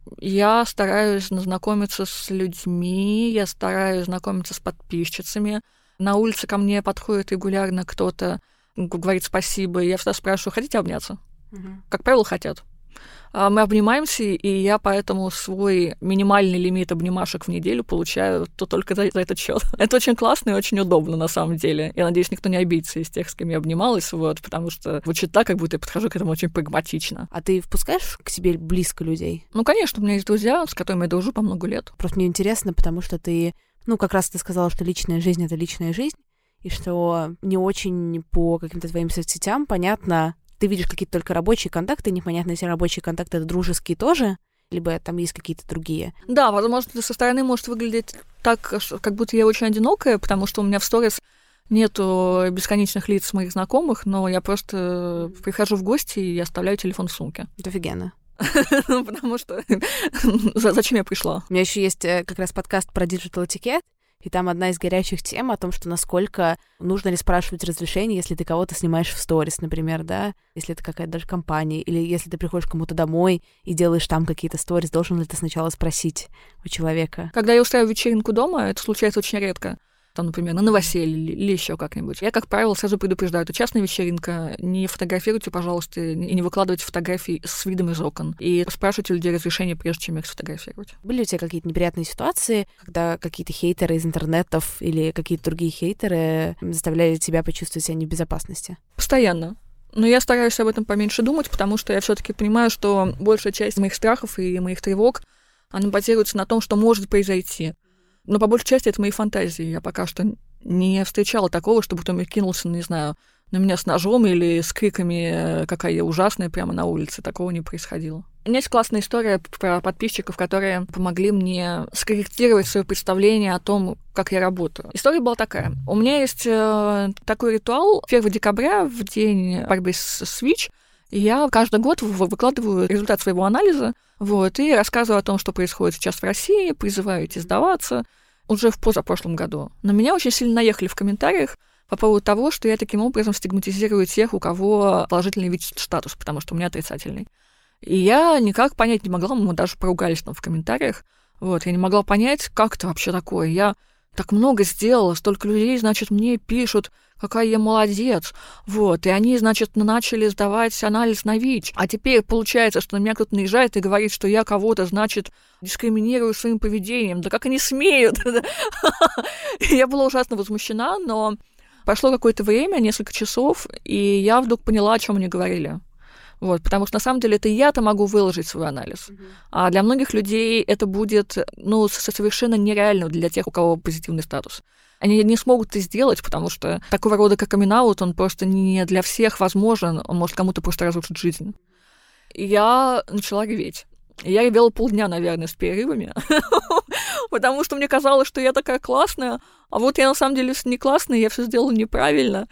я стараюсь знакомиться с людьми, я стараюсь знакомиться с подписчицами. На улице ко мне подходит регулярно кто-то, говорит спасибо, и я всегда спрашиваю, хотите обняться? Как правило, хотят. Мы обнимаемся, и я поэтому свой минимальный лимит обнимашек в неделю получаю только за этот счет. Это очень классно и очень удобно, на самом деле. Я надеюсь, никто не обидится из тех, с кем я обнималась, вот, потому что звучит так, как будто я подхожу к этому очень прагматично. А ты впускаешь к себе близко людей? Ну, конечно, у меня есть друзья, с которыми я дружу по много лет. Просто мне интересно, потому что ты... Ну, как раз ты сказала, что личная жизнь — это личная жизнь, и что не очень по каким-то твоим соцсетям понятно, ты видишь какие-то только рабочие контакты, непонятно, если рабочие контакты — это дружеские тоже, либо там есть какие-то другие? Да, возможно, со стороны может выглядеть так, как будто я очень одинокая, потому что у меня в сторис нету бесконечных лиц моих знакомых, но я просто прихожу в гости и оставляю телефон в сумке. Это офигенно. Потому что зачем я пришла? У меня еще есть как раз подкаст про диджитал-этикет, и там одна из горячих тем о том, что насколько нужно ли спрашивать разрешение, если ты кого-то снимаешь в сторис, например, да, если это какая-то даже компания, или если ты приходишь к кому-то домой и делаешь там какие-то сторис, должен ли ты сначала спросить у человека? Когда я устраиваю вечеринку дома, это случается очень редко. Там, например, на новоселье или еще как-нибудь. Я, как правило, сразу предупреждаю, это частная вечеринка, не фотографируйте, пожалуйста, и не выкладывайте фотографии с видом из окон. И спрашивайте у людей разрешение, прежде чем их сфотографировать. Были у тебя какие-то неприятные ситуации, когда какие-то хейтеры из интернетов или какие-то другие хейтеры заставляли тебя почувствовать себя не в безопасности? Постоянно. Но я стараюсь об этом поменьше думать, потому что я все-таки понимаю, что большая часть моих страхов и моих тревог, она базируется на том, что может произойти. Но по большей части это мои фантазии. Я пока что не встречала такого, чтобы кто-то кинулся, не знаю, на меня с ножом или с криками «какая я ужасная» прямо на улице. Такого не происходило. У меня есть классная история про подписчиков, которые помогли мне скорректировать свое представление о том, как я работаю. История была такая. У меня есть такой ритуал. 1 декабря, в день борьбы с ВИЧ, я каждый год выкладываю результат своего анализа, и рассказываю о том, что происходит сейчас в России, призываю идти сдаваться. Уже в позапрошлом году. На меня очень сильно наехали в комментариях по поводу того, что я таким образом стигматизирую тех, у кого положительный ВИЧ-статус, потому что у меня отрицательный. И я никак понять не могла, мы даже поругались там в комментариях. Я не могла понять, как это вообще такое. Я так много сделала, столько людей, значит, мне пишут, какая я молодец. И они, значит, начали сдавать анализ на ВИЧ. А теперь получается, что на меня кто-то наезжает и говорит, что я кого-то, значит, дискриминирую своим поведением. Да как они смеют? Я была ужасно возмущена, но прошло какое-то время, несколько часов, и я вдруг поняла, о чем они говорили. Потому что, на самом деле, это я-то могу выложить свой анализ. А для многих людей это будет, совершенно нереально для тех, у кого позитивный статус. Они не смогут это сделать, потому что такого рода как камин-аут, он просто не для всех возможен, он может кому-то просто разрушить жизнь. И я начала реветь. И я ревела полдня, наверное, с перерывами, потому что мне казалось, что я такая классная, а я на самом деле не классная, я все сделала неправильно.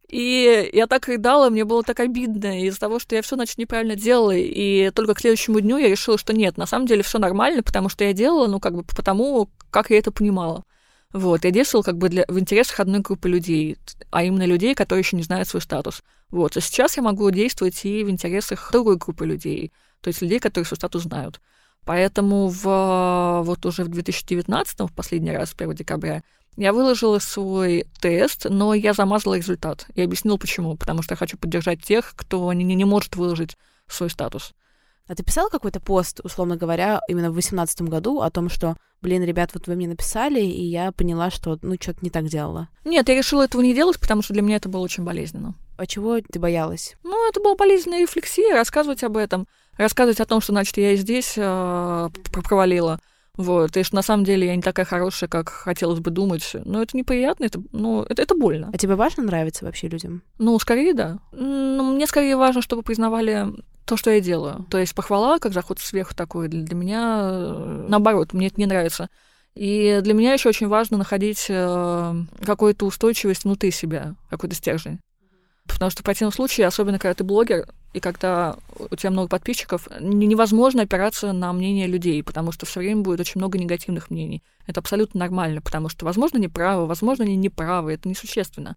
И я так рыдала, мне было так обидно из-за того, что я все, значит, неправильно делала. И только к следующему дню я решила, что нет, на самом деле все нормально, потому что я делала, потому, как я это понимала. Я действовала в интересах одной группы людей, а именно людей, которые еще не знают свой статус. А сейчас я могу действовать и в интересах другой группы людей, то есть людей, которые свой статус знают. Поэтому уже в 2019-м, в последний раз, 1 декабря, я выложила свой тест, но я замазала результат. И объяснила, почему. Потому что я хочу поддержать тех, кто не может выложить свой статус. А ты писала какой-то пост, условно говоря, именно в 2018 году о том, что, ребят, вы мне написали, и я поняла, что, что-то не так делала? Нет, я решила этого не делать, потому что для меня это было очень болезненно. А чего ты боялась? Это была болезненная рефлексия, рассказывать об этом. Рассказывать о том, что, значит, я и здесь провалила. И что на самом деле я не такая хорошая, как хотелось бы думать. Но это неприятно, это больно. А тебе важно нравиться вообще людям? Скорее, да. Мне скорее важно, чтобы признавали то, что я делаю. То есть похвала, как заход сверху такой, для меня, наоборот, мне это не нравится. И для меня еще очень важно находить какую-то устойчивость внутри себя, какой-то стержень. Потому что в противном случае, особенно когда ты блогер, и когда у тебя много подписчиков, невозможно опираться на мнение людей, потому что все время будет очень много негативных мнений. Это абсолютно нормально, потому что, возможно, они правы, возможно, они неправы, это несущественно.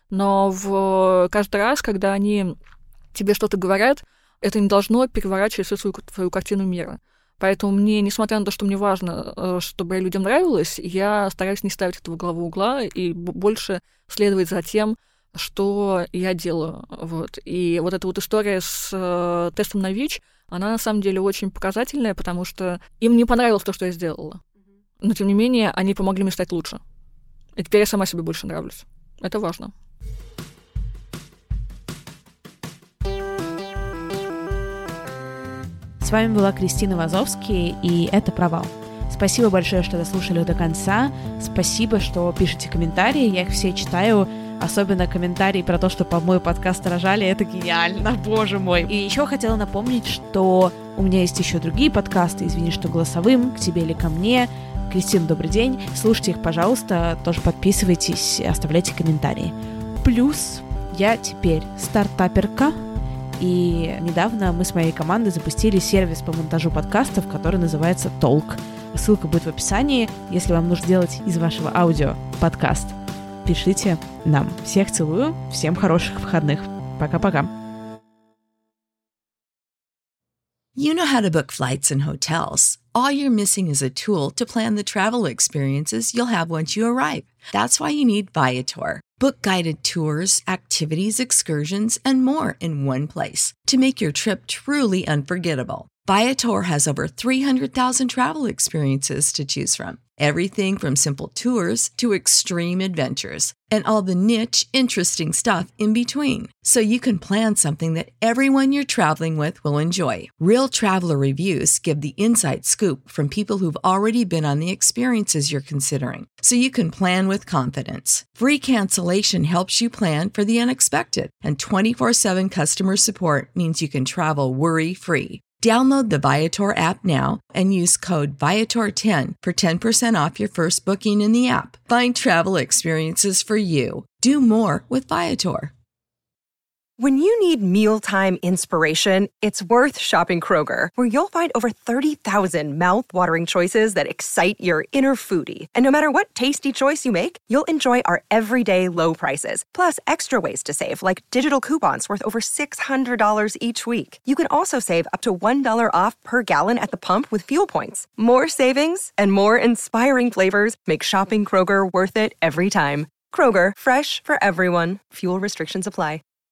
Но каждый раз, когда они тебе что-то говорят, это не должно переворачивать всю свою картину мира. Поэтому мне, несмотря на то, что мне важно, чтобы людям нравилось, я стараюсь не ставить это во главу угла и больше следовать за тем, что я делаю. И эта история с тестом на ВИЧ, она на самом деле очень показательная, потому что им не понравилось то, что я сделала. Но, тем не менее, они помогли мне стать лучше. И теперь я сама себе больше нравлюсь. Это важно. С вами была Кристина Вазовский, и это «Провал». Спасибо большое, что дослушали до конца. Спасибо, что пишете комментарии. Я их все читаю. Особенно комментарии про то, что по мой подкаст рожали, это гениально, боже мой. И еще хотела напомнить, что у меня есть еще другие подкасты, извини, что голосовым, к тебе или ко мне. Кристина, добрый день. Слушайте их, пожалуйста, тоже подписывайтесь, оставляйте комментарии. Плюс я теперь стартаперка, и недавно мы с моей командой запустили сервис по монтажу подкастов, который называется Толк. Ссылка будет в описании. Если вам нужно делать из вашего аудио подкаст, пишите нам. Всех целую, всем хороших выходных. Пока-пока. You know how to book flights and hotels. All you're missing is a tool to plan the travel experiences you'll have once you arrive. That's why you need Viator. Book guided tours, activities, excursions, and more in one place to make your trip truly unforgettable. Viator has over 300,000 travel experiences to choose from. Everything from simple tours to extreme adventures and all the niche, interesting stuff in between. So you can plan something that everyone you're traveling with will enjoy. Real traveler reviews give the inside scoop from people who've already been on the experiences you're considering. So you can plan with confidence. Free cancellation helps you plan for the unexpected. And 24/7 customer support means you can travel worry-free. Download the Viator app now and use code Viator10 for 10% off your first booking in the app. Find travel experiences for you. Do more with Viator. When you need mealtime inspiration, it's worth shopping Kroger, where you'll find over 30,000 mouth-watering choices that excite your inner foodie. And no matter what tasty choice you make, you'll enjoy our everyday low prices, plus extra ways to save, like digital coupons worth over $600 each week. You can also save up to $1 off per gallon at the pump with fuel points. More savings and more inspiring flavors make shopping Kroger worth it every time. Kroger, fresh for everyone. Fuel restrictions apply.